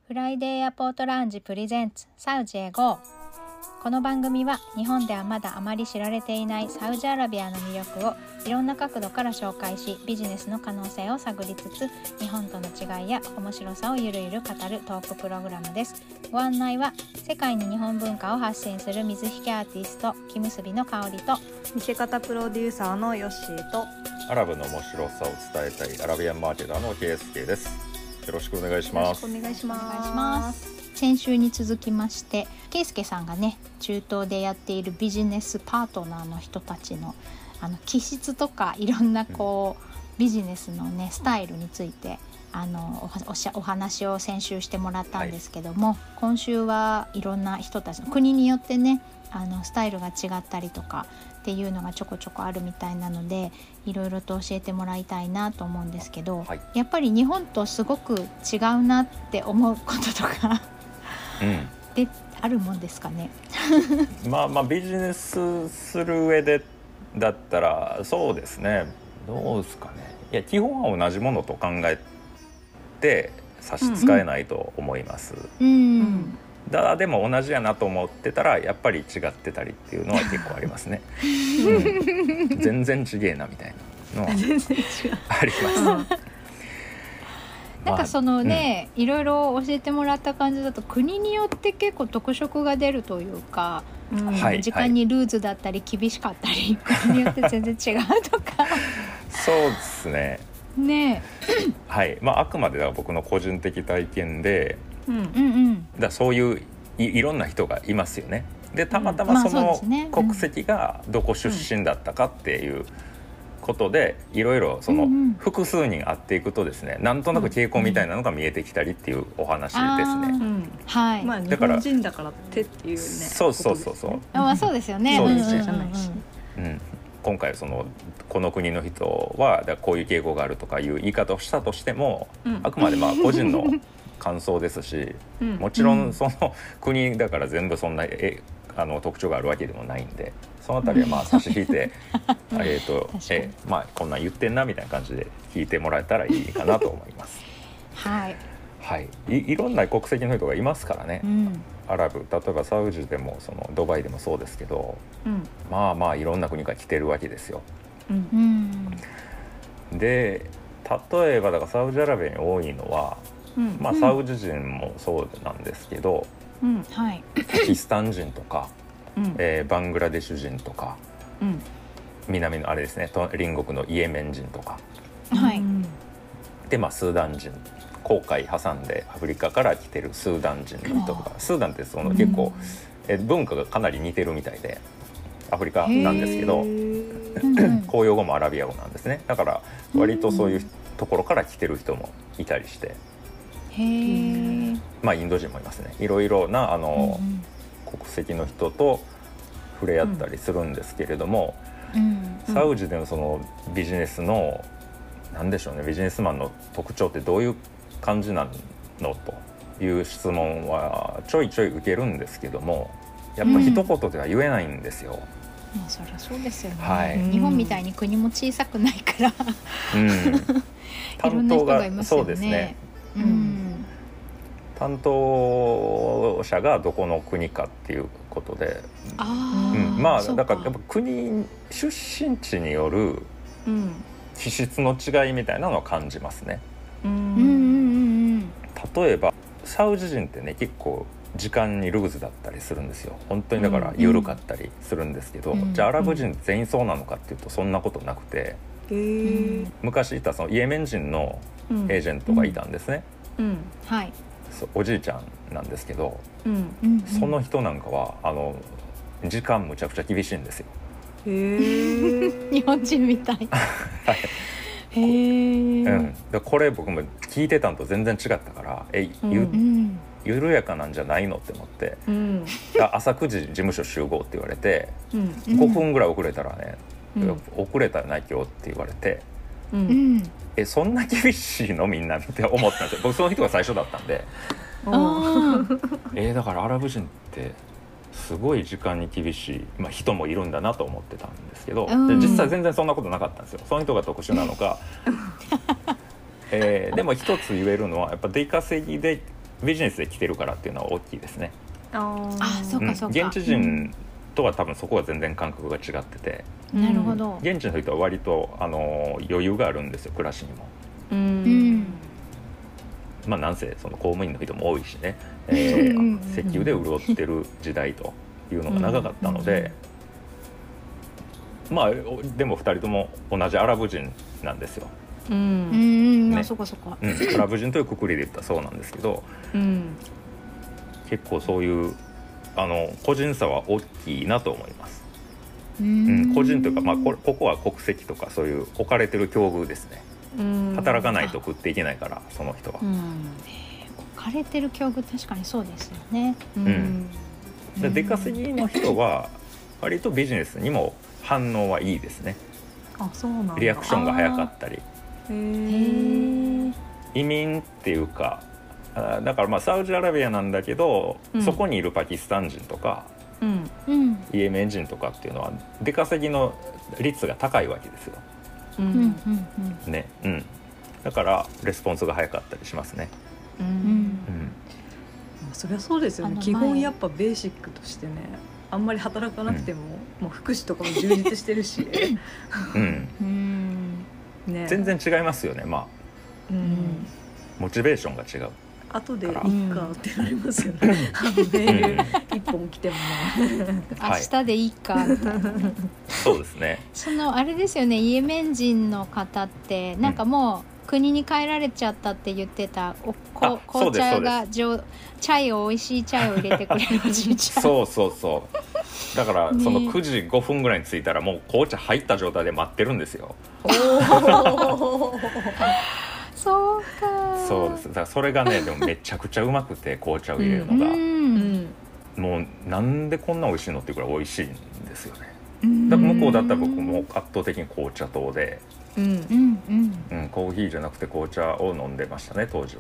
フライデーエアポートラウンジプレゼンツサウジへ GO。 この番組は日本ではまだあまり知られていないサウジアラビアの魅力をいろんな角度から紹介し、ビジネスの可能性を探りつつ、日本との違いや面白さをゆるゆる語るトークプログラムです。ご案内は世界に日本文化を発信する水引アーティスト木結びの香りと、 見せ方プロデューサーのヨッシーと、 アラブの面白さを伝えたいアラビアンマーケターの KSK です。よろしくお願いします。 よろしくお願いします。 お願いします。先週に続きまして、ケイスケさんがね、中東でやっているビジネスパートナーの人たちの気質とかいろんなビジネスのねスタイルについてお話を先週してもらったんですけども、はい、今週はいろんな人たちの国によってねスタイルが違ったりとかっていうのがちょこちょこあるみたいなので、いろいろと教えてもらいたいなと思うんですけど、はい、やっぱり日本とすごく違うなって思うこととかであるもんですかね。 まあビジネスする上でだったらそうですね、どうですかね。いや、基本は同じものと考えて差し支えないと思います。でも同じやなと思ってたらやっぱり違ってたりっていうのは結構ありますね。全然違えなみたいなのはあります。 なんかそのね、いろいろ教えてもらった感じだと国によって結構特色が出るというか、時間にルーズだったり厳しかったり、国によって全然違うとかそうですね。はい、あくまで僕の個人的体験で、だそういう いろんな人がいますよね。でたまたまその国籍がどこ出身だったかっていうことで、いろいろその複数人会っていくとですね、なんとなく傾向みたいなのが見えてきたりっていうお話ですね。 はい。日本人だからってっていうね。 そう。そうですよね。 そうですね。今回この国の人はこういう傾向があるとかいう言い方をしたとしても、あくまで個人の感想ですし、もちろんその国だから全部そんな特徴があるわけでもないんで、そのあたりは差し引いてこんなん言ってんなみたいな感じで聞いてもらえたらいいかなと思います。はい、いろんな国籍の人がいますからね。アラブ、例えばサウジでもドバイでもそうですけど、いろんな国が来てるわけですよ。で例えばだからサウジアラビアに多いのは、サウジ人もそうなんですけど、パキスタン人とか、バングラデシュ人とか、南のあれですね、隣国のイエメン人とか、でスーダン人、紅海挟んでアフリカから来てるスーダン人の人とか、スーダンって結構、文化がかなり似てるみたいで、アフリカなんですけど公用語もアラビア語なんですね。だから割とそういうところから来てる人もいたりして、インド人もいますね。いろいろな国籍の人と触れ合ったりするんですけれども、サウジでのそのビジネスのなんでしょうね、ビジネスマンの特徴ってどういう感じなのという質問はちょいちょい受けるんですけども、やっぱ一言では言えないんですよ。 そりゃそうですよね。日本みたいに国も小さくないから担当がそうですね。担当者がどこの国かっていうことで、だからやっぱ国出身地による気質の違いみたいなのを感じますね。例えばサウジ人ってね、結構時間にルーズだったりするんですよ。本当にだから緩かったりするんですけど、じゃあアラブ人全員そうなのかっていうとそんなことなくて、昔いたそのイエメン人のエージェントがいたんですね。おじいちゃんなんですけど、その人なんかは時間むちゃくちゃ厳しいんですよ。 日本人みたい。 これ僕も聞いてたのと全然違ったから、緩やかなんじゃないのって思って、朝9時事務所集合って言われて、5分ぐらい遅れたらね、遅れたよな今日って言われて、そんな厳しいのみんなって思ったんですよ。僕その人が最初だったんでだからアラブ人ってすごい時間に厳しい、人もいるんだなと思ってたんですけど、で実際全然そんなことなかったんですよ。その人が特殊なのかでも一つ言えるのはやっぱ出稼ぎでビジネスで来てるからっていうのは大きいですね。 そうかそうか。 現地人とは多分そこは全然感覚が違ってて、 なるほど。 現地の人は割と余裕があるんですよ、暮らしにも。まあなんせその公務員の人も多いしね、石油で潤ってる時代というのが長かったので、まあでも2人とも同じアラブ人なんですよ。 そうかそうか。 アラブ人というくくりで言ったらそうなんですけど、結構そういう個人差は大きいなと思います。個人というか、まあ、ここは国籍とかそういう置かれてる境遇ですね。働かないと食っていけないから、その人は。 置かれてる境遇、確かにそうですよね。 で出稼ぎの人は割とビジネスにも反応はいいですね。 そうなんだ。 リアクションが早かったり、移民っていうか、だからまあサウジアラビアなんだけど、そこにいるパキスタン人とか、イエメン人とかっていうのは出稼ぎの率が高いわけですよ。だからレスポンスが早かったりしますね。 そりゃそうですよね。基本やっぱベーシックとしてね、あんまり働かなくても、もう福祉とかも充実してるし、 全然違いますよね。まあ、モチベーションが違う。 後でいいかってなりますよね。メール一本来ても明日でいいかみたいなね。 そうですね。 あれですよね、イエメン人の方ってなんかもう国に帰られちゃったって言ってた、紅茶がチャイを美味しいチャイを入れてくれるおじいちゃん。 そうだからその9時5分ぐらいに着いたらもう紅茶入った状態で待ってるんですよ。 そうか。 そうです。だからそれがね、でもめちゃくちゃうまくて、紅茶を入れるのが、もうなんでこんな美味しいのっていうくらい美味しいんですよね。だから向こうだったら僕も圧倒的に紅茶党で、コーヒーじゃなくて紅茶を飲んでましたね、当時は。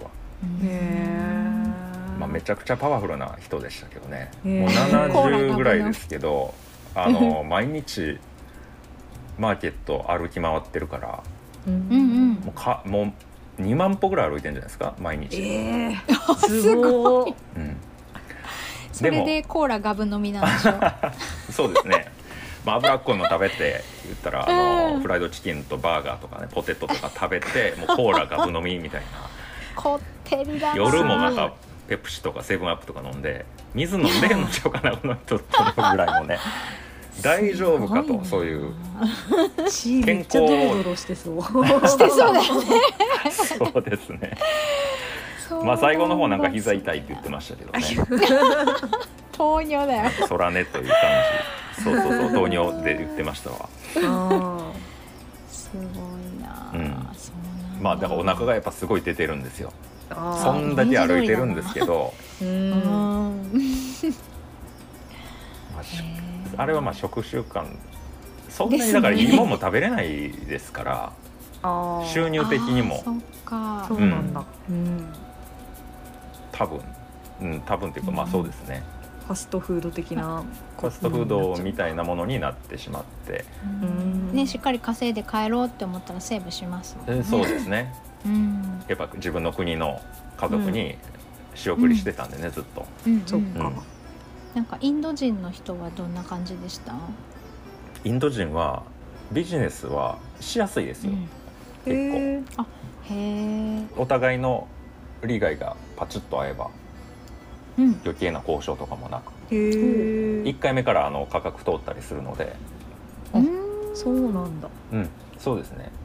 まあ、めちゃくちゃパワフルな人でしたけどね。もう70ぐらいですけど、毎日マーケット歩き回ってるから、もう2万歩ぐらい歩いてるんじゃないですか、毎日。 すごい。 それでコーラガブ飲みなんでしょ。 そうですね。まあ、脂っこいの食べて言ったらフライドチキンとバーガーとかね、ポテトとか食べて、もうコーラガブ飲みみたいな。 こってりだな。 夜もなんかペプシとかセブンアップとか飲んで、水飲んでんのちゃうかなこの人っていうぐらいもね。大丈夫かと、そういうめっちゃドロドロしてそうしてそうだよね。 そうですね。まあ最後の方なんか膝痛いって言ってましたけどね。 糖尿だよ。 そらねという感じ。そう糖尿で言ってましたわ。 すごいな。 まあだからお腹がやっぱすごい出てるんですよ。そんだけ歩いてるんですけど。あれはまあ食習慣、そんなにだからいいもんも食べれないですから、収入的にも。 そうなんだ。 多分っていうか、まあそうですね。 ファストフード的な。 ファストフードみたいなものになってしまって、 ね、しっかり稼いで帰ろうって思ったらセーブしますもんね。 そうですね。やっぱ自分の国の家族に仕送りしてたんでね、ずっと。 そっか。 なんかインド人の人はどんな感じでした？ インド人はビジネスはしやすいですよ、結構。お互いの利害がパチッと合えば、余計な交渉とかもなく、1回目から価格通ったりするので。 そうなんだ。 そうですね。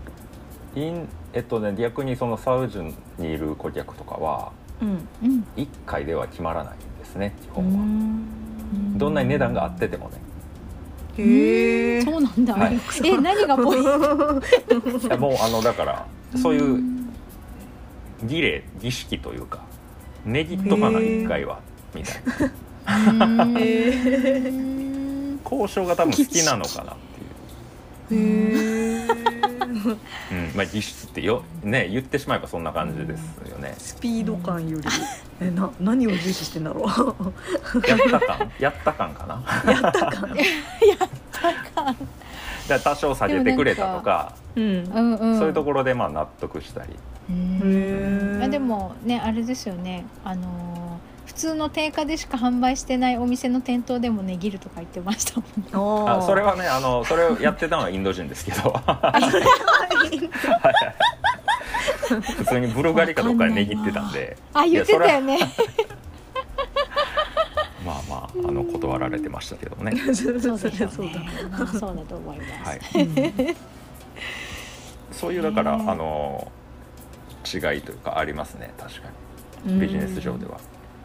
逆にそのサウジにいる顧客とかは、1回では決まらないですね、基本は。どんなに値段があっててもね。そうなんだ。何がポイント？ もうだからそういう儀式というか、ねぎっとかな1回はみたいな。交渉が多分好きなのかなっていう。まあ儀式ってね、言ってしまえばそんな感じですよね。 スピード感より何を重視してんだろう。 やった感かな。 やった感。 多少下げてくれたとか、そういうところでまあ納得したり。 でもねあれですよね、普通の定価でしか販売してないお店の店頭でも値切るとか言ってましたもんね。 それはねそれをやってたのはインド人ですけど普通にブルガリかどっかで値切ってたんで。 言ってたよねまあまあ断られてましたけどねそうでしょうね。そうだと思います、はい、 そういうだから違いというかありますね、確かにビジネス上では。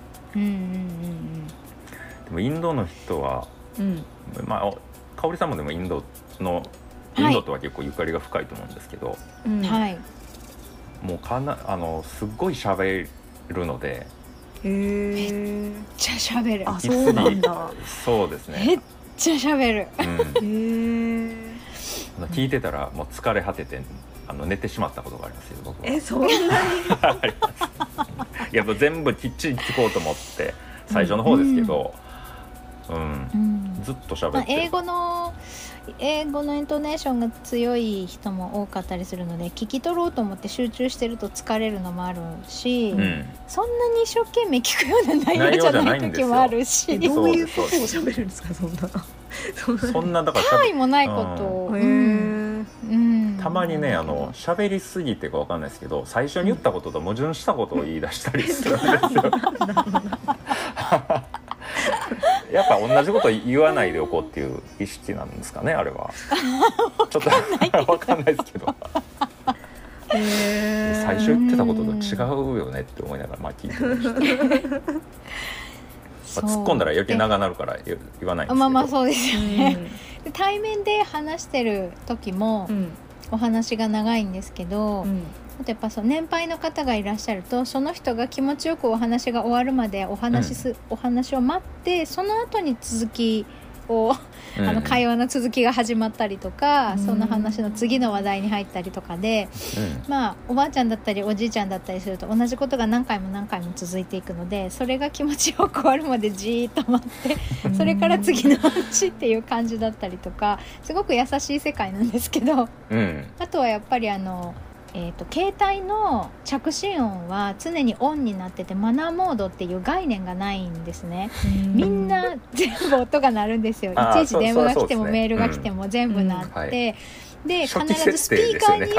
でもインドの人は、まあ香織さんもでもインドとは結構ゆかりが深いと思うんですけど、 はい、 もうすっごい喋るので、 めっちゃ喋る。 そうなんだ。 そうですね。 めっちゃ喋る。 聞いてたらもう疲れ果てて寝てしまったことがありますよ、僕は。 そんなにいやもう全部きっちり聞こうと思って最初の方ですけど、ずっと喋ってる。 英語のイントネーションが強い人も多かったりするので、聞き取ろうと思って集中してると疲れるのもあるし、そんなに一生懸命聞くような内容じゃない時もあるし。 どういうことを喋るんですか、 そんなだから他愛もないことを、 たまにね喋りすぎてか分かんないですけど、最初に言ったことと矛盾したことを言い出したりするんですよやっぱ同じこと言わないでおこうっていう意識なんですかね、あれは。ちょっと分かんないですけど最初言ってたことと違うよねって思いながら聞いてました突っ込んだら余計長なるから言わないんですけど、 まあそうですよね、対面で話してる時もお話が長いんですけど、あとやっぱ年配の方がいらっしゃると、その人が気持ちよくお話が終わるまでお話を待って、その後に続きを会話の続きが始まったりとか、その話の次の話題に入ったりとかで、まあおばあちゃんだったりおじいちゃんだったりすると同じことが何回も何回も続いていくので、それが気持ちよく終わるまでじーっと待ってそれから次の話っていう感じだったりとか、すごく優しい世界なんですけど、あとはやっぱり携帯の着信音は常にオンになってて、マナーモードっていう概念がないんですね。みんな全部音が鳴るんですよ。いちいち電話が来てもメールが来ても全部鳴って、で必ずスピーカーに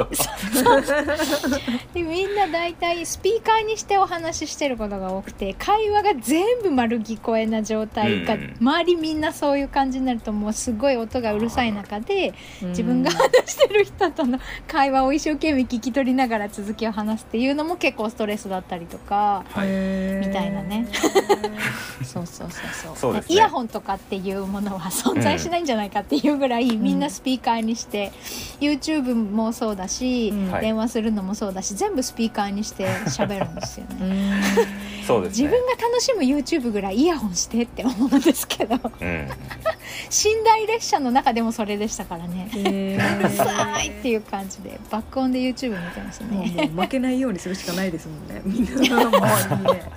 してでみんなだいたいスピーカーにしてお話ししてることが多くて、会話が全部丸聞こえな状態が、周りみんなそういう感じになると、もうすごい音がうるさい中で自分が話してる人との会話を一生懸命聞き取りながら続きを話すっていうのも結構ストレスだったりとか、みたいなねそうですね、イヤホンとかっていうものは存在しないんじゃないかっていうぐらい、みんなスピーカーにして、YouTube もそうだし、電話するのもそうだし、全部スピーカーにして喋るんですよねそうですね、 自分が楽しむ YouTube ぐらいイヤホンしてって思うんですけど、寝台列車の中でもそれでしたからね、うるさいっていう感じでバックオンで YouTube 見てますね。 もう負けないようにするしかないですもんね、みんなの周りにね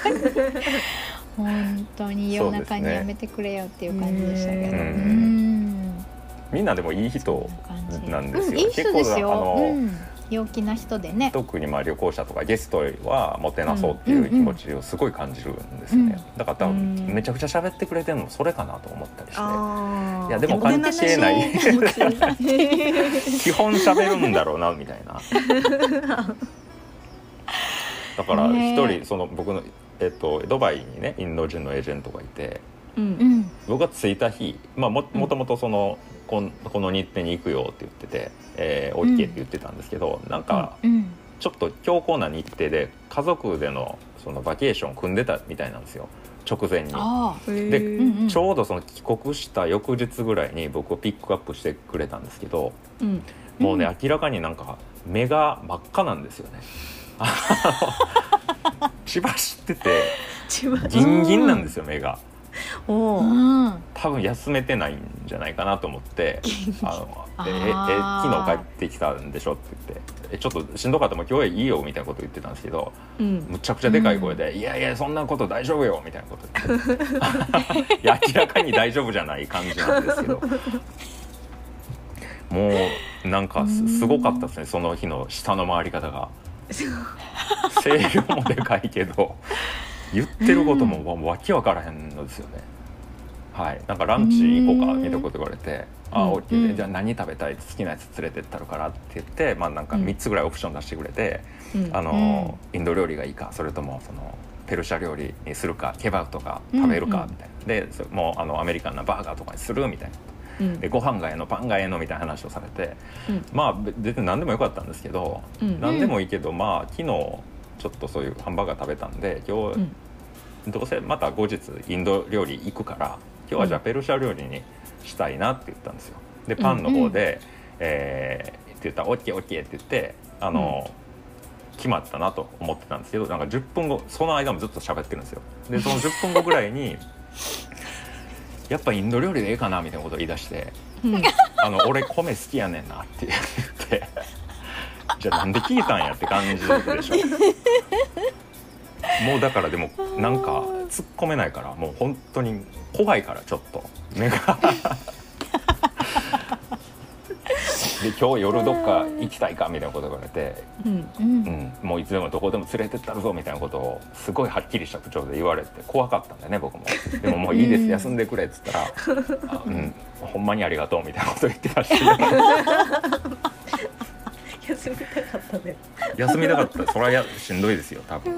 本当に夜中にやめてくれよっていう感じでしたけど、 みんなでもいい人なんですよ。 いい人ですよ。陽気な人でね。 特に旅行者とかゲストはもてなそうっていう気持ちをすごい感じるんですね。だから多分めちゃくちゃ喋ってくれてるのそれかなと思ったりして、いやでも関係ない基本喋るんだろうなみたいな。だから一人僕のドバイにねインド人のエージェントがいて、僕が着いた日、もともとこの日程に行くよって言ってて、OK って言ってたんですけど、なんかちょっと強硬な日程で家族でのバケーションを組んでたみたいなんですよ、直前に。でちょうど帰国した翌日ぐらいに僕をピックアップしてくれたんですけど、もうね明らかになんか目が真っ赤なんですよね血走っててギンギンなんですよ目が。多分休めてないんじゃないかなと思って昨日帰ってきたんでしょって言ってちょっとしんどかったもう今日はいいよみたいなこと言ってたんですけど、むちゃくちゃでかい声で、いやいやそんなこと大丈夫よみたいなこと言っていや明らかに大丈夫じゃない感じなんですけどもうなんかすごかったですね、その日の下の回り方が。声量もでかいけど言ってることもわけわからへんのですよね。はい、なんかランチ行こうかみたいなこと言われて、あ、OK、じゃあ何食べたい、好きなやつ連れてったるからって言って、まあ、なんか3つぐらいオプション出してくれて、インド料理がいいか、それともそのペルシャ料理にするか、ケバブとか食べるかみたいな、でもうアメリカンなバーガーとかにするみたいな、でご飯がええのパンがええのみたいな話をされて、まあ全然何でもよかったんですけど、何でもいいけど、まあ昨日ちょっとそういうハンバーガー食べたんで、今日、どうせまた後日インド料理行くから今日はじゃあペルシャ料理にしたいなって言ったんですよ。でパンの方で、って言ったら OKOK って言って決まったなと思ってたんですけど、なんか10分後、その間もずっと喋ってるんですよ。でその10分後ぐらいにやっぱインド料理でええかなみたいなことを言い出して、俺米好きやねんなって言ってじゃあなんで聞いたんやって感じでしょ。もうだからでもなんか突っ込めないから、もう本当に怖いから、ちょっと目がで今日夜どっか行きたいかみたいなこと言われて、もういつでもどこでも連れてったるぞみたいなことをすごいはっきりした口調で言われて怖かったんだよね、僕も。でももういいです、休んでくれっつったらほんまにありがとうみたいなこと言ってました、ね休みたかったね。 休みたかった。それはしんどいですよ多分。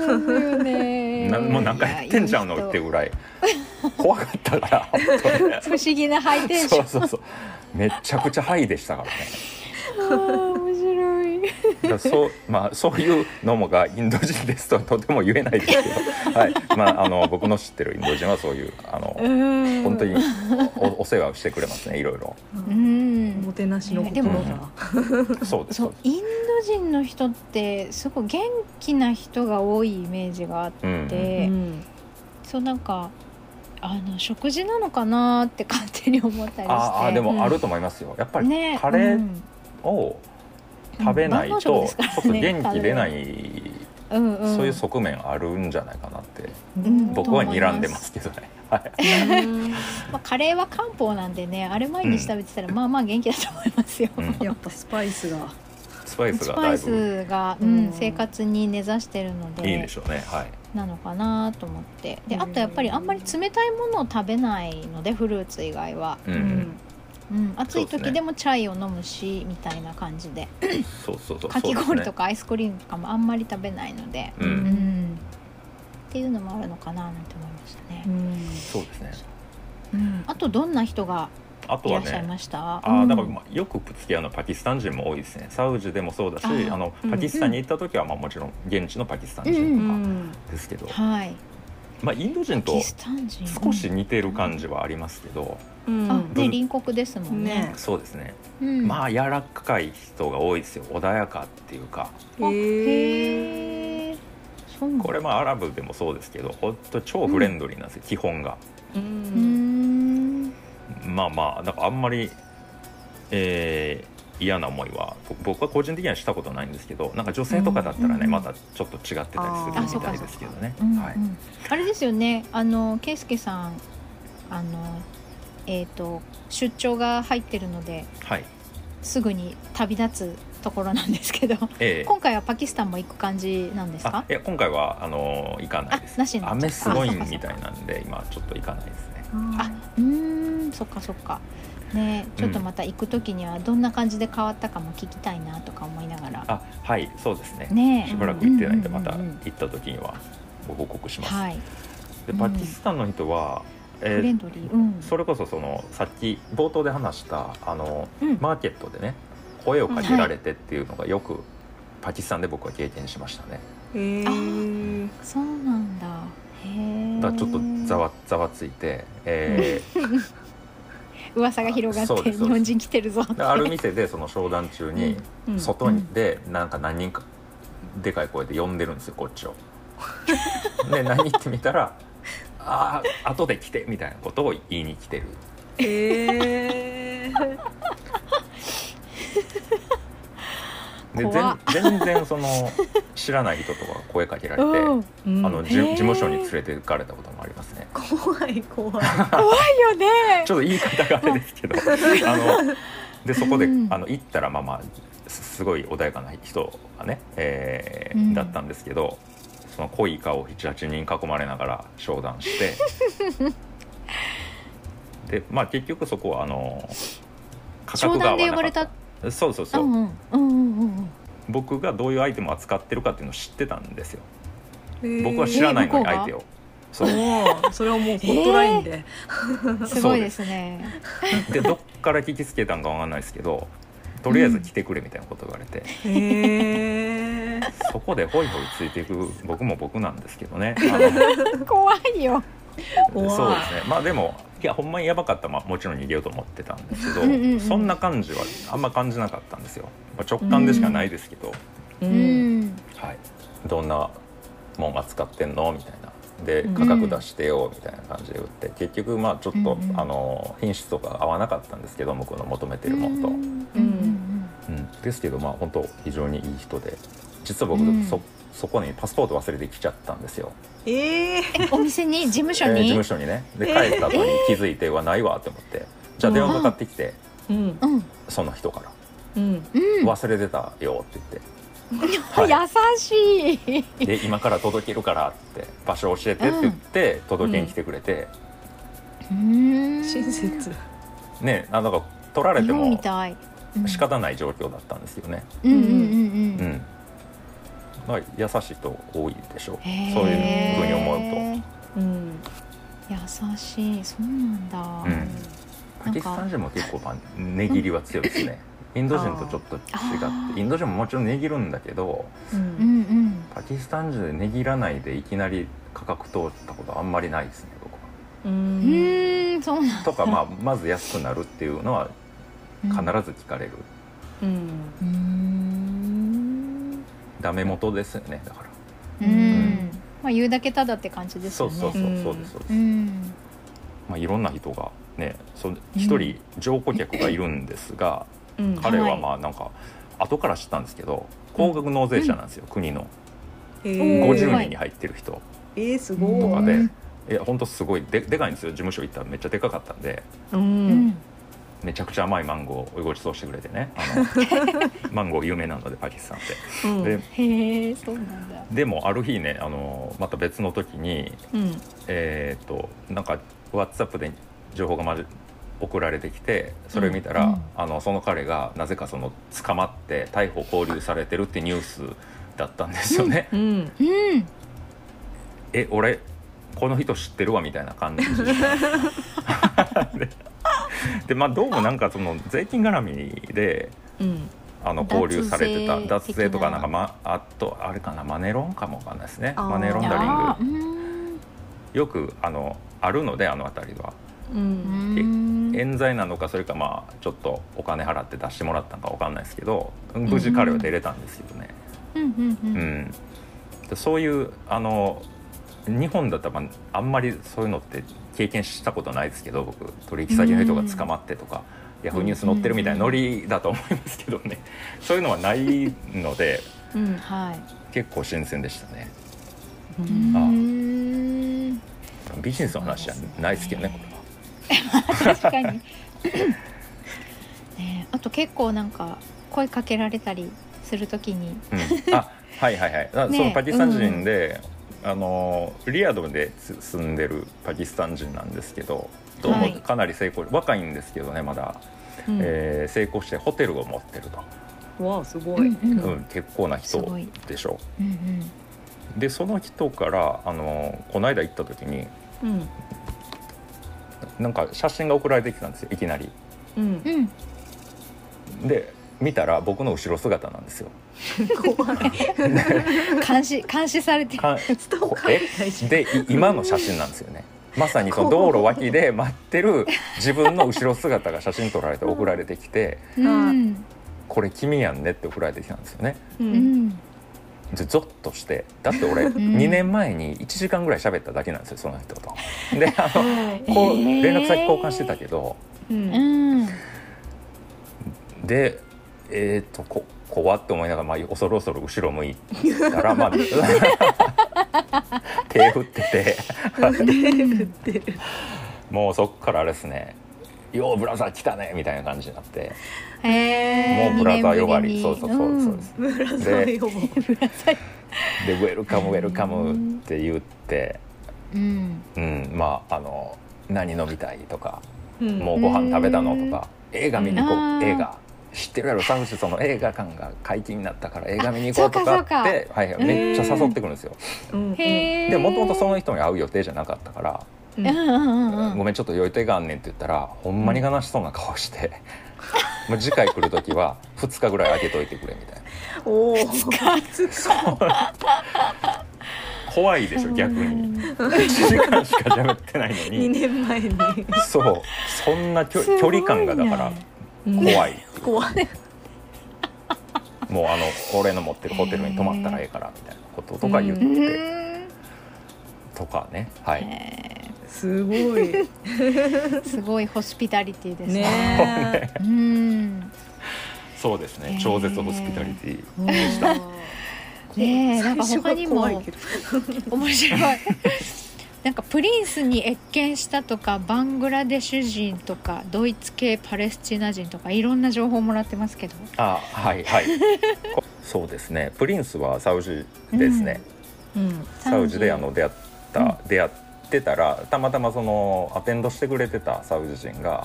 もうなんかやってんちゃうのってぐらい怖かったから。 不思議なハイテンション。 そうめちゃくちゃハイでしたからね。 面白い。 だそういうのもがインド人ですとはとても言えないですけど、はい、僕の知ってるインド人はそういう本当に お世話をしてくれますね、いろいろ。 おもてなしの心だ。 そうです。 インド人の人ってすごい元気な人が多いイメージがあって、そうなんか食事なのかなって勝手に思ったりして。 でもあると思いますよ。やっぱりカレーを食べないとちょっと元気出ない、そういう側面あるんじゃないかなって、僕は睨んでますけどね。 カレーは漢方なんでね、あれ毎日食べてたらまあまあ元気だと思いますよ。 やっぱスパイスが生活に根ざしてるのでいいんでしょうね。 なのかなと思って。であとやっぱりあんまり冷たいものを食べないので、フルーツ以外は。暑い時でもチャイを飲むしみたいな感じで、かき氷とかアイスクリームとかもあんまり食べないので、っていうのもあるのかななんて思いましたね。 そうですね。 あとどんな人がいらっしゃいました？ なんかよくくっつき合うのはパキスタン人も多いですね。サウジでもそうだし、パキスタンに行った時はもちろん現地のパキスタン人とかですけど、インド人と少し似てる感じはありますけど、 隣国ですもんね。 そうですね。まあ柔らかい人が多いですよ。穏やかっていうか。 へー。 これアラブでもそうですけど、ほんと超フレンドリーなんですよ、基本が。だからあんまり、嫌な思いは僕は個人的にはしたことないんですけど、なんか女性とかだったらね、またちょっっと違ってたりするみたいですけどね。 あれですよね、圭介さん出張が入ってるので、すぐに旅立つところなんですけど、今回はパキスタンも行く感じなんですか？ いや今回は行かないです。雨すごいみたいなんで今ちょっと行かないですね。 そっかそっかね。ちょっとまた行く時にはどんな感じで変わったかも聞きたいなとか思いながら。 そうですね。しばらく行ってないんでまた行った時にはご報告します。でパキスタンの人はフレンドリー、それこそさっき冒頭で話したマーケットでね、声をかけられてっていうのがよくパキスタンで僕は経験しましたね。 そうなんだ。 だからちょっとざわついて、 噂が広がって日本人来てるぞって。 ある店で商談中に外でなんか何人かでかい声で呼んでるんですよ、こっちを。で何って見たら後で来てみたいなことを言いに来てる。で全然知らない人とか声かけられて事務所に連れて行かれたこともありますね。 怖いよね。 ちょっと言い方があれですけどでそこで行ったらまあすごい穏やかな人がね、だったんですけど、その濃い顔を 7,8 人囲まれながら商談してでまあ結局そこは価格が合わなかった。そうそうそう、僕がどういうアイテムを扱ってるかっていうのを知ってたんですよ。僕は知らないのに相手を。 それはもうホットラインですごいですね。 でどっから聞きつけたんかわかんないですけど、とりあえず来てくれみたいなこと言われて、そこでホイホイついていく僕も僕なんですけどね。 怖いよ。 そうですね。まあでもいやほんまにやばかったら、もちろん逃げようと思ってたんですけど、そんな感じはあんま感じなかったんですよ。直感でしかないですけど、はい、どんなもん扱ってんのみたいな。で価格出してよみたいな感じで売って、結局まあちょっと、品質とか合わなかったんですけど、僕の求めてるものと、ですけどまあ本当非常にいい人で、実は僕、そこにパスポート忘れてきちゃったんですよ。 お店に事務所に、 事務所にね。で帰った後に気づいてはないわって思って、じゃあ電話かかってきて、その人から、忘れてたよって言って。 優しい。 で今から届けるからって場所教えてって言って届けに来てくれて、 親切ね、なんか取られても仕方ない状況だったんですよね。優しい人多いでしょ、そういうふうに思うと。 優しい、そうなんだ。 パキスタン人も結構値切りは強いですね。インド人とちょっと違って、インド人ももちろん値切るんだけど、パキスタン人で値切らないでいきなり価格通ったことあんまりないですね、僕は。 そうなんだ。 とか、まず安くなるっていうのは必ず聞かれる。ダメ元ですよね、だから。 言うだけただって感じですよね。 そうです。いろんな人がね、一人乗顧客がいるんですが、彼はまあなんか後から知ったんですけど、高額納税者なんですよ、国の。50人に入ってる人すごいとかで、本当すごいでかいんですよ。事務所行ったらめっちゃでかかったんで、めちゃくちゃ甘いマンゴーをご馳走してくれてね。マンゴー有名なのでパキスタンって。 へえ、そうなんだ。 でもある日ね、また別の時に、なんか WhatsApp で情報が送られてきて、それを見たら、その彼がなぜか捕まって逮捕勾留されてるってニュースだったんですよね。俺この人知ってるわみたいな感じで、どうもなんか税金絡みで、勾留されてた、脱税とかなんか、あとあれかな、マネロンかもわかんないですね。マネロンダリングよくあるので、辺りは。冤罪なのか、それかちょっとお金払って出してもらったのか分かんないですけど、無事彼は出れたんですよね。そういう日本だったらあんまりそういうのって経験したことないですけど、僕取引先の人が捕まってとか、ヤフーニュース載ってるみたいなノリだと思いますけどね、そういうのはないので、結構新鮮でしたね。ビジネスの話じゃないですけどね、これは。 確かにあと結構なんか声かけられたりするときに、 はい、そのパキスタン人で、リヤドで住んでるパキスタン人なんですけど、どうもかなり成功、若いんですけどねまだ、成功してホテルを持ってると。 わあ、すごい。 結構な人でしょ。でその人からこの間行った時に、なんか写真が送られてきたんですよ、いきなり。で見たら僕の後ろ姿なんですよ。 怖い。 監視されてる。 で今の写真なんですよね。まさにその道路脇で待ってる自分の後ろ姿が写真撮られて送られてきて、これ君やんねって送られてきたんですよね。でゾッとして、だって俺2年前に1時間ぐらい喋っただけなんですよ、その人と。で連絡先交換してたけど、で怖って思いながら、恐る恐る後ろ向いたら手振っててもうそっからあれですね、 ようブラザー来たねみたいな感じになって、 もうブラザー呼ばわり、そうです、 ブラザー呼ばわりブラザーでウェルカムウェルカムって言って、まあ何飲みたいとか、もうご飯食べたのとか、映画見に行こう、映画知ってるやろ、サウジその映画館が解禁になったから映画見に行こうとかって、はい、めっちゃ誘ってくるんですよ。でもともとその人に会う予定じゃなかったから、ごめんちょっと予定があんねんって言ったら、ほんまに悲しそうな顔してもう次回来る時は2日ぐらい空けといてくれみたいな。 おお怖いでしょ逆に。1時間しか喋ってないのに 2年前にそうそんな距離感がだから怖い怖い。 もう俺の持ってるホテルに泊まったらええからみたいなこととか言ってとかね、はい、 すごいすごいホスピタリティですね。 そうですね、超絶ホスピタリティでした。 なんか他にも面白いなんかプリンスに謁見したとか、バングラデシュ人とかドイツ系パレスチナ人とかいろんな情報もらってますけど。 はいはいそうですね、プリンスはサウジですね、サウジで出会ってたら、たまたまそのアテンドしてくれてたサウジ人が、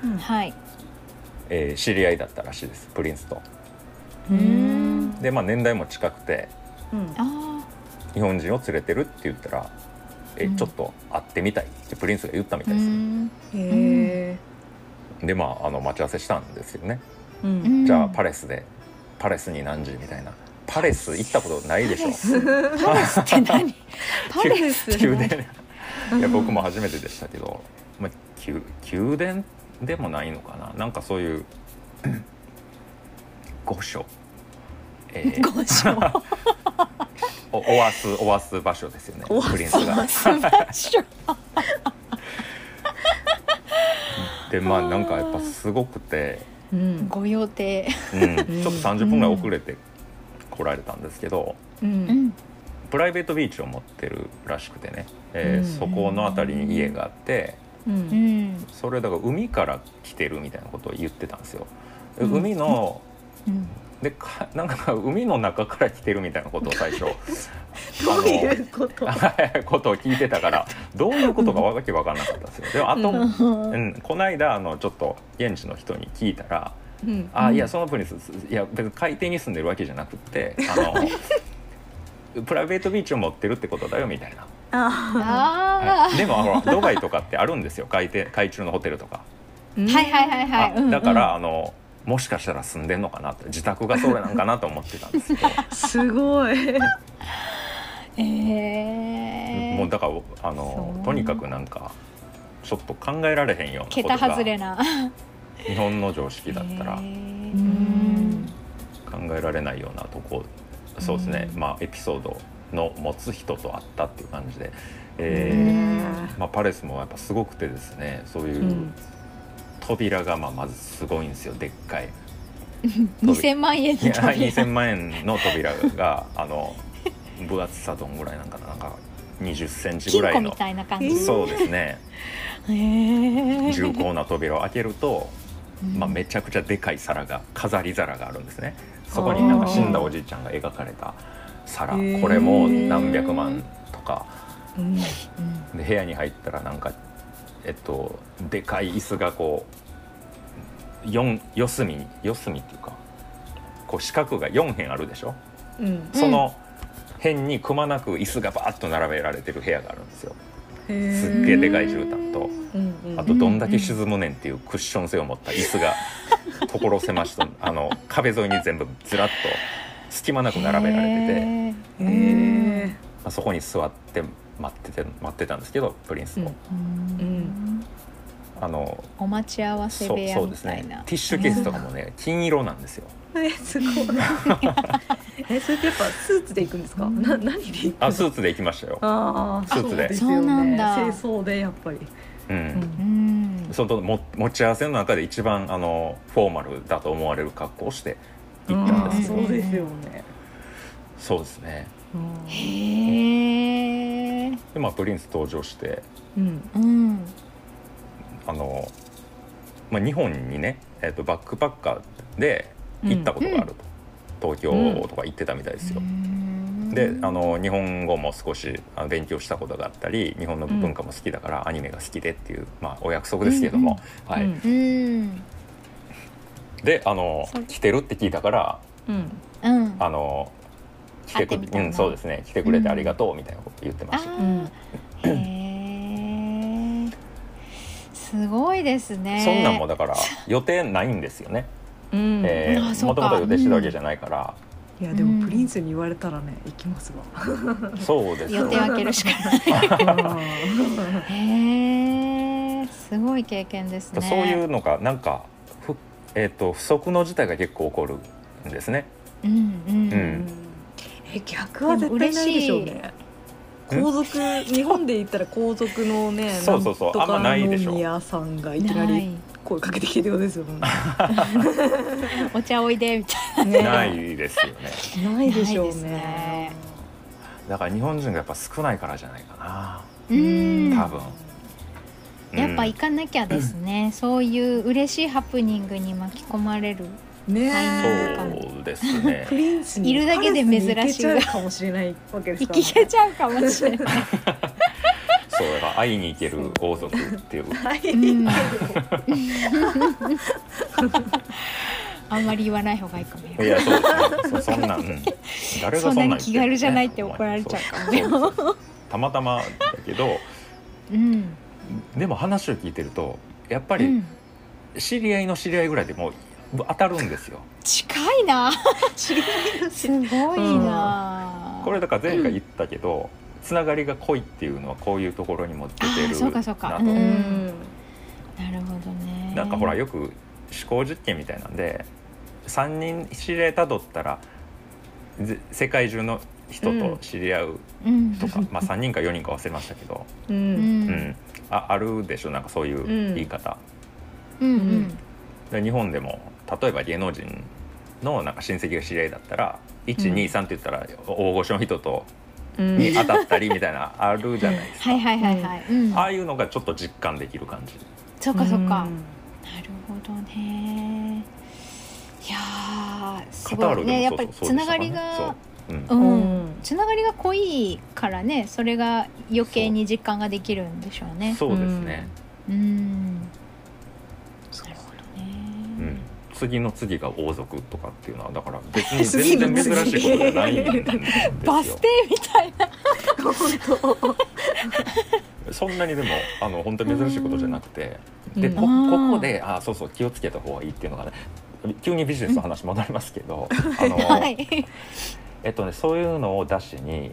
知り合いだったらしいです、プリンスと。でまあ年代も近くて、日本人を連れてるって言ったら、ちょっと会ってみたいってプリンスが言ったみたいですね。でまあ待ち合わせしたんですよね。じゃあパレスに何時みたいな。パレス行ったことないでしょ。 パレスって何？パレスって宮殿いや僕も初めてでしたけど、まあ、宮殿でもないのかな、なんかそういう御所、 御所おわす場所ですよね、プリンスがでまあなんかやっぱすごくて、 御用邸、 ちょっと30分ぐらい遅れて来られたんですけど、プライベートビーチを持ってるらしくてね、そこの辺りに家があって、それだから海から来てるみたいなことを言ってたんですよ。海の、でなんか海の中から来てるみたいなことを最初どういうことことを聞いてたから、どういうことかわけ分かんなかったんですよ。でもあと、この間ちょっと現地の人に聞いたら、いやそのプリンス、いや別に海底に住んでるわけじゃなくってプライベートビーチを持ってるってことだよみたいな。でもドバイとかってあるんですよ、海中のホテルとか。だからもしかしたら住んでんのかなって、自宅がそれなんかなと思ってたんですけどすごいもうだからとにかくなんかちょっと考えられへんようなことが、 桁外れな日本の常識だったら考えられないようなとこ、そうですね、まあエピソードの持つ人と会ったっていう感じで、まあ、パレスもやっぱすごくてですね、そういう扉がまずすごいんですよ、でっかい 2000万円の扉、 2000万円の扉が分厚さどんぐらいなんかな、なんか20センチぐらいの金庫みたいな感じ、 そうですね、重厚な扉を開けると、まあ、めちゃくちゃでかい飾り皿があるんですね。そこになんか死んだおじいちゃんが描かれた皿、これも何百万とか、で部屋に入ったらなんかでかい椅子がこう四隅っていうか、こう四角が4辺あるでしょ、その辺にくまなく椅子がバーッと並べられてる部屋があるんですよ。すっげえでかい絨毯と、あとどんだけ沈むねんっていうクッション性を持った椅子が所狭しと壁沿いに全部ずらっと隙間なく並べられてて、そこに座って待ってたんですけど、プリンスと、 お待ち合わせ部屋みたいな。 そうですね、ティッシュケースとかもね金色なんですよ。 すごいそれってやっぱスーツで行くんですか？何で行くの？ スーツで行きましたよ。スーツで。 そうなんだ。 清掃でやっぱり。 その持ち合わせの中で一番フォーマルだと思われる格好をして行ったんですけど。 そうですよね。 そうですね。 へえ。 でまあプリンス登場して、 日本にね、バックパッカーで行ったことがあると、東京とか行ってたみたいですよ。で日本語も少し勉強したことがあったり、日本の文化も好きだからアニメが好きでっていう、お約束ですけども、はい、で来てるって聞いたから、来てくれ、そうですね、来てくれてありがとうみたいなこと言ってました。 へー、すごいですね。 そんなんもだから予定ないんですよね。もともと予定してたわけじゃないから。 いやでもプリンスに言われたらね、行きますわ。 そうです予定開けるしかない。へえ、すごい経験ですね。 そういうのがなんか不測の事態が結構起こるんですね。 逆は絶対ないでしょうね。皇族、日本で言ったら皇族のね、 そうあんまないでしょ。 宮さんがいきなり声かけてきてるようですよね。 お茶おいでみたいな。 ないですよね。 ないでしょうね。 だから日本人がやっぱ少ないからじゃないかな。多分。 やっぱ行かなきゃですね。そういう嬉しいハプニングに巻き込まれる。 ね、そうですね。 プリンスにいるだけで珍しい。 行けちゃうかもしれないわけですからね。 行けちゃうかもしれない。 そうだから会いに行ける王族っていう。 あんまり言わない方がいいかも。 いやそうですね。そんな、誰がそんなに気軽じゃないって怒られちゃうかも。 たまたまだけど、でも話を聞いてるとやっぱり知り合いの知り合いぐらいでもう当たるんですよ。 近いな。すごいな。 これだから前回言ったけど、つながりが濃いっていうのはこういうところにも出てるなと。 なるほどね。 なんかほらよく思考実験みたいなんで3人知り合いたどったら世界中の人と知り合うとか、3人か4人か忘れましたけど、あるでしょ、なんかそういう言い方。で日本でも例えば芸能人のなんか親戚が知り合いだったら123って言ったら大御所の人とに当たったりみたいなあるじゃないですか。ああいうのがちょっと実感できる感じ。 そうかそうか、なるほどね。いやすごいね。やっぱりつながりがつながりが濃いからね、それが余計に実感ができるんでしょうね。 そうですね。次の次が王族とかっていうのはだから別に全然珍しいことじゃないんですよ。 バス停みたいな。 そんなにでも本当に珍しいことじゃなくて、でここでそうそう気をつけた方がいいっていうのがね、急にビジネスの話戻りますけど、そういうのを出しに、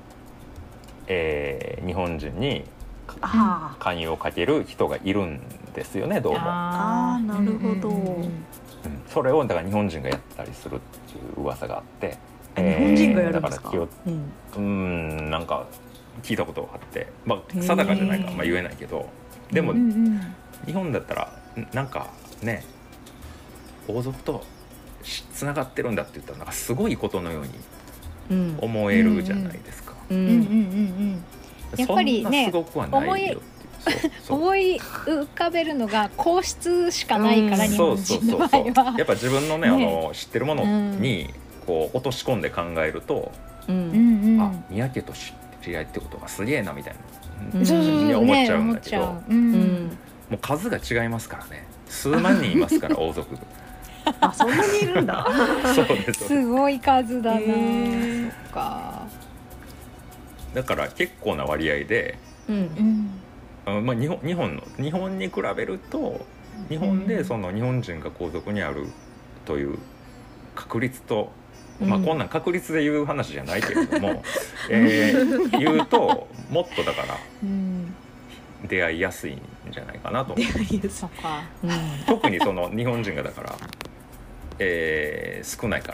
日本人に勧誘をかける人がいるんですよね、どうも。 なるほど。 それをだから日本人がやったりするっていう噂があって、 日本人がやるんですか。 なんか聞いたことがあって、定かじゃないから言えないけど、でも日本だったらなんかね、王族とつながってるんだって言ったらなんかすごいことのように思えるじゃないですか。 やっぱりね、 すごくはないよ。 思い浮かべるのが皇室しかないから、日本人の場合はやっぱ自分のね、知ってるものにこう落とし込んで考えると、宮家と知り合いってことがすげえなみたいなに思っちゃうんだけど、もう数が違いますからね。数万人いますから王族。 そんなにいるんだ。 そうです。 すごい数だな。そっか。 だから結構な割合で、日本に比べると日本でその日本人が皇族にあるという確率と、こんなん確率で言う話じゃないけれども、言うともっとだから出会いやすいんじゃないかなと思う。特にその日本人がだから、少ないから。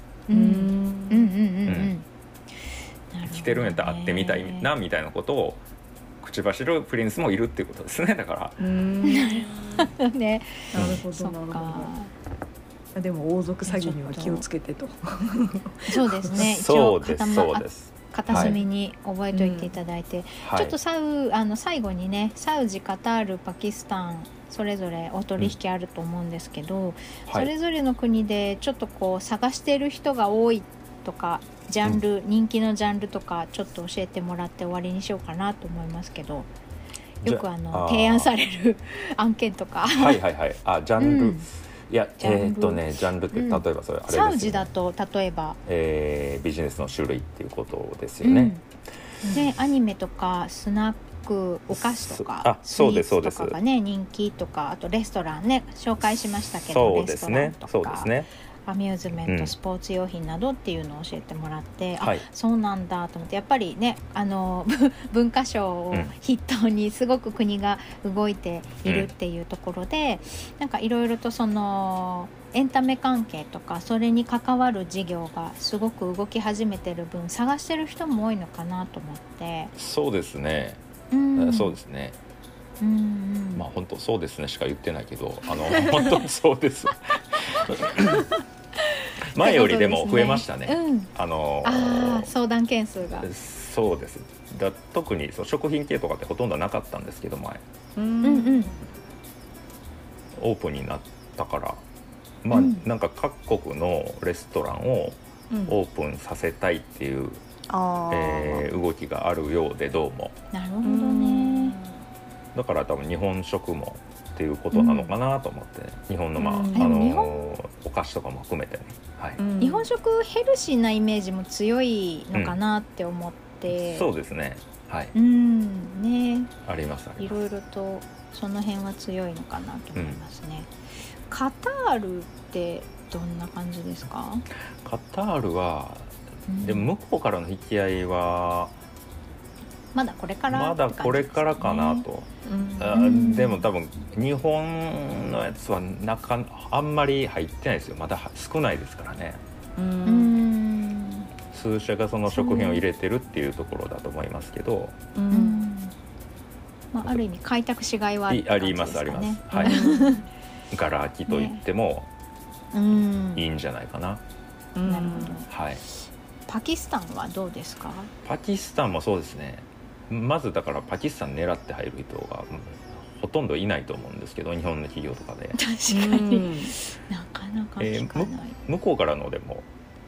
来てるんやったら会ってみたいなみたいなことを口走るプリンスもいるっていうことですね。だからね、 なるほどなるほど。でも王族詐欺には気をつけてと。 そうですね。 そうです。 片隅に覚えておいていただいて、ちょっと最後にね、サウジ、カタール、パキスタン、 それぞれお取引あると思うんですけど、それぞれの国でちょっとこう探している人が多いとかジャンル、人気のジャンルとかちょっと教えてもらって終わりにしようかなと思いますけど、よく提案される案件とかはいはいはい、ジャンル、いやジャンルって例えばそれあれですよね、 サウジだと例えば、 ビジネスの種類っていうことですよね、 でアニメとかスナックお菓子とかスイーツとかがね人気とか、あとレストランね紹介しましたけど、レストランとかアミューズメント、スポーツ用品などっていうのを教えてもらって、そうなんだと思って、やっぱりね文化省を筆頭にすごく国が動いているっていうところで、なんかいろいろとそのエンタメ関係とかそれに関わる事業がすごく動き始めてる分、探してる人も多いのかなと思って。 そうですね、そうですね、まあ本当そうですねしか言ってないけど、本当そうです前よりでも増えましたね、 相談件数が。 そうです。特に食品系とかってほとんどなかったんですけど前、オープンになったから、まあなんか各国のレストランをオープンさせたいっていう、動きがあるようで、どうも。 なるほどね。 だから多分日本食もっていうことなのかなと思って、日本のお菓子とかも含めてね、 日本食ヘルシーなイメージも強いのかなって思って、 そうですね、はい、 ね、 ありますいろいろとその辺は強いのかなと思いますね、カタールってどんな感じですか？ カタールは、でも向こうからの引き合いはまだこれからかなと、でも多分日本のやつはあんまり入ってないですよ。まだ少ないですからね。数社がその食品を入れてるっていうところだと思いますけど、 ある意味開拓しがいはある感じですかね。 あります、はいガラ空きと言ってもいいんじゃないかな。 なるほど、 はい。 パキスタンはどうですか？ パキスタンもそうですね。まずだからパキスタン狙って入る人がほとんどいないと思うんですけど、日本の企業とかで。 確かに、なかなか聞かない。 向こうからのでも、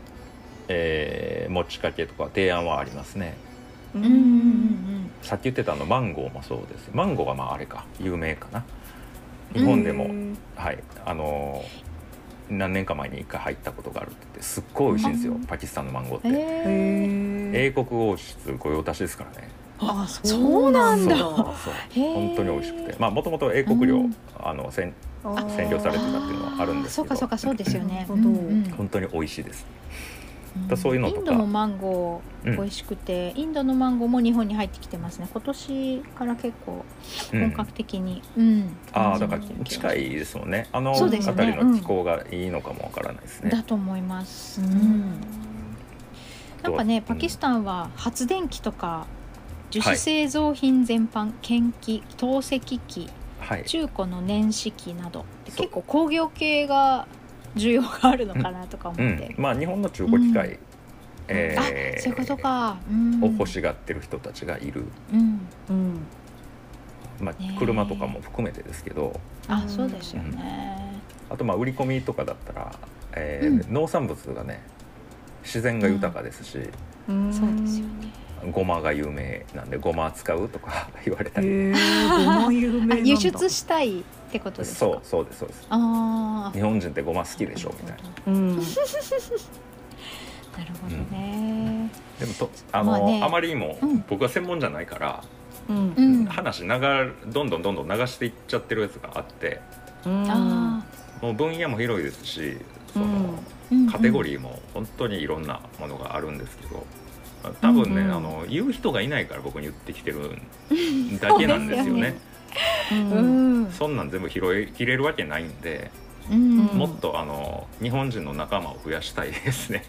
持ちかけとか提案はありますね。さっき言ってたマンゴーもそうです。マンゴーはまああれか有名かな。日本でも、はい、何年か前に一回入ったことがあるって言って、すっごい美味しいんですよ、パキスタンのマンゴーって。英国王室御用達ですからね。 そうなんだ。 本当に美味しくて、もともと英国領占領されてたっていうのはあるんですけど、 そうですよね。 本当に美味しいです。そういうのとか、 インドのマンゴー美味しくて、インドのマンゴーも日本に入ってきてますね。今年から結構本格的に、 だから近いですもんね。辺りの気候がいいのかもわからないですね。 だと思います。なんかね、パキスタンは発電機とか樹脂製造品全般、建機、透析機、中古の燃子機など、結構工業系が需要があるのかなとか思って、 日本の中古機械、 そういうことか、 を欲しがってる人たちがいる、車とかも含めてですけど、 そうですよね。 あと売り込みとかだったら、農産物がね自然が豊かですし、 そうですよね。 ごまが有名なんでごま使うとか言われたり、 ごま有名なんだ。 輸出したいってことですか？ そうです。日本人ってごま好きでしょみたいな。なるほどね。 でもあまりにも僕は専門じゃないから、話どんどん流していっちゃってるやつがあって、もう分野も広いですし、カテゴリーも本当にいろんなものがあるんですけど、多分ね、言う人がいないから僕に言ってきてるだけなんですよね。そんなん全部切れるわけないんで、もっと日本人の仲間を増やしたいですね。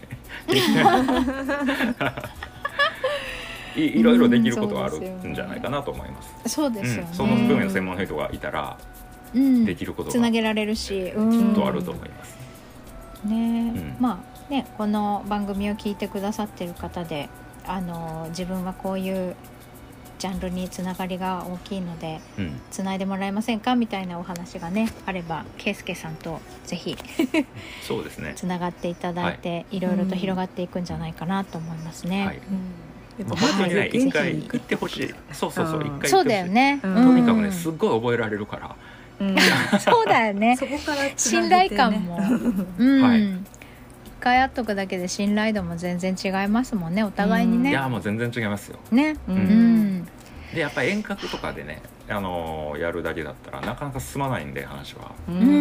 いろいろできることがあるんじゃないかなと思います。 そうですよね。 その含めの専門の人がいたらできることがつなげられるし、 きっとあると思いますね。この番組を聞いてくださってる方で、自分はこういうジャンルにつながりが大きいので、 つないでもらえませんかみたいなお話がねあれば、圭介さんとぜひそうですねつながっていただいて、いろいろと広がっていくんじゃないかなと思いますね。 はい本当にね一回行ってほしい。そう一回行ってほしい。 そうだよね。 とにかくねすっごい覚えられるから。 そうだよね。 そこから信頼感も。一回会っとくだけで信頼度も全然違いますもんね、お互いにね。 いやもう全然違いますよ。 ね。 でやっぱり遠隔とかでねやるだけだったらなかなか進まないんで話は。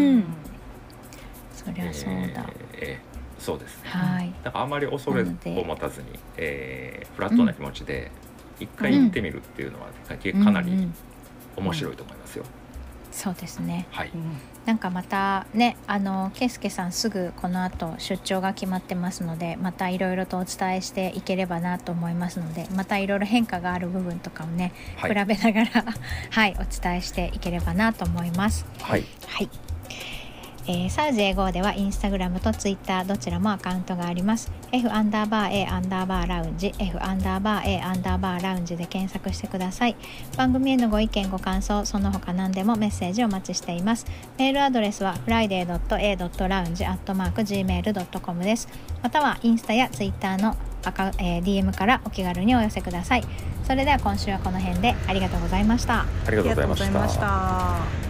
そりゃそうだ。 そうですね。だからあまり恐れを持たずに、フラットな気持ちで一回行ってみるっていうのはかなり面白いと思いますよ。 そうですね。 はい。 なんかまたね、圭介さんすぐこの後出張が決まってますので、またいろいろとお伝えしていければなと思いますので、またいろいろ変化がある部分とかをね、比べながらはいお伝えしていければなと思います。 はい。 はい。サウジ英語ではインスタグラムとツイッターどちらもアカウントがあります。F_A_ラウンジ F_A_ラウンジで検索してください。番組へのご意見ご感想その他何でもメッセージお待ちしています。メールアドレスは friday.a.lounge@gmail.com です。またはインスタやツイッターのDM からお気軽にお寄せください。それでは今週はこの辺でありがとうございました。 ありがとうございました。